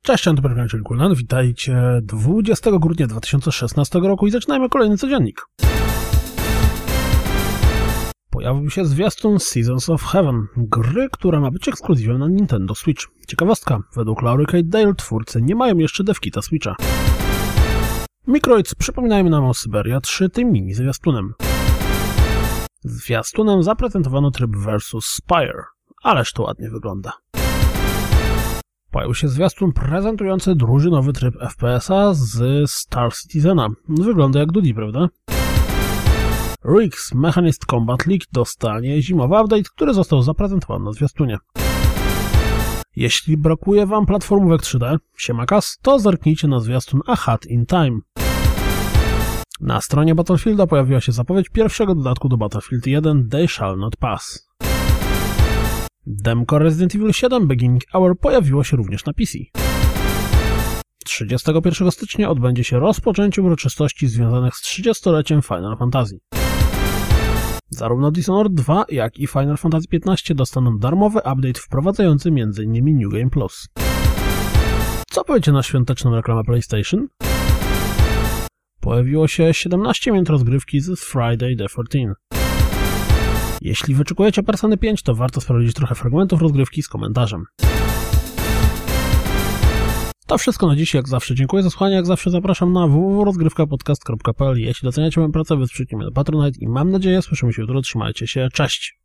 Cześć, Antyperkan, czyli Kulnan. Witajcie 20 grudnia 2016 roku i zaczynajmy kolejny codziennik. Pojawił się zwiastun Seasons of Heaven, gry, która ma być ekskluzywem na Nintendo Switch. Ciekawostka, według Laury Kate Dale twórcy nie mają jeszcze devkita Switcha. Microids przypominają nam o Syberia 3 tym mini zwiastunem. Zwiastunem zaprezentowano tryb Versus Spire, ależ to ładnie wygląda. Pojawił się zwiastun prezentujący drużynowy tryb FPS-a z Star Citizena. Wygląda jak Duty, prawda? Riggs Mechanist Combat League dostanie zimowy update, który został zaprezentowany na zwiastunie. Jeśli brakuje wam platformówek 3D, siemakas, to zerknijcie na zwiastun A Hat in Time. Na stronie Battlefielda pojawiła się zapowiedź pierwszego dodatku do Battlefield 1 They Shall Not Pass. Demko Resident Evil 7 Beginning Hour pojawiło się również na PC. 31 stycznia odbędzie się rozpoczęcie uroczystości związanych z 30-leciem Final Fantasy. Zarówno Dishonored 2, jak i Final Fantasy XV dostaną darmowy update wprowadzający m.in. New Game Plus. Co powiecie na świąteczną reklamę PlayStation? Pojawiło się 17 minut rozgrywki z Friday the 13. Jeśli wyczekujecie Persony 5, to warto sprawdzić trochę fragmentów rozgrywki z komentarzem. To wszystko na dziś, jak zawsze dziękuję za słuchanie, jak zawsze zapraszam na www.rozgrywkapodcast.pl. Jeśli doceniacie moją pracę, wesprzyjcie mnie na Patronite i mam nadzieję, słyszymy się jutro, trzymajcie się, cześć!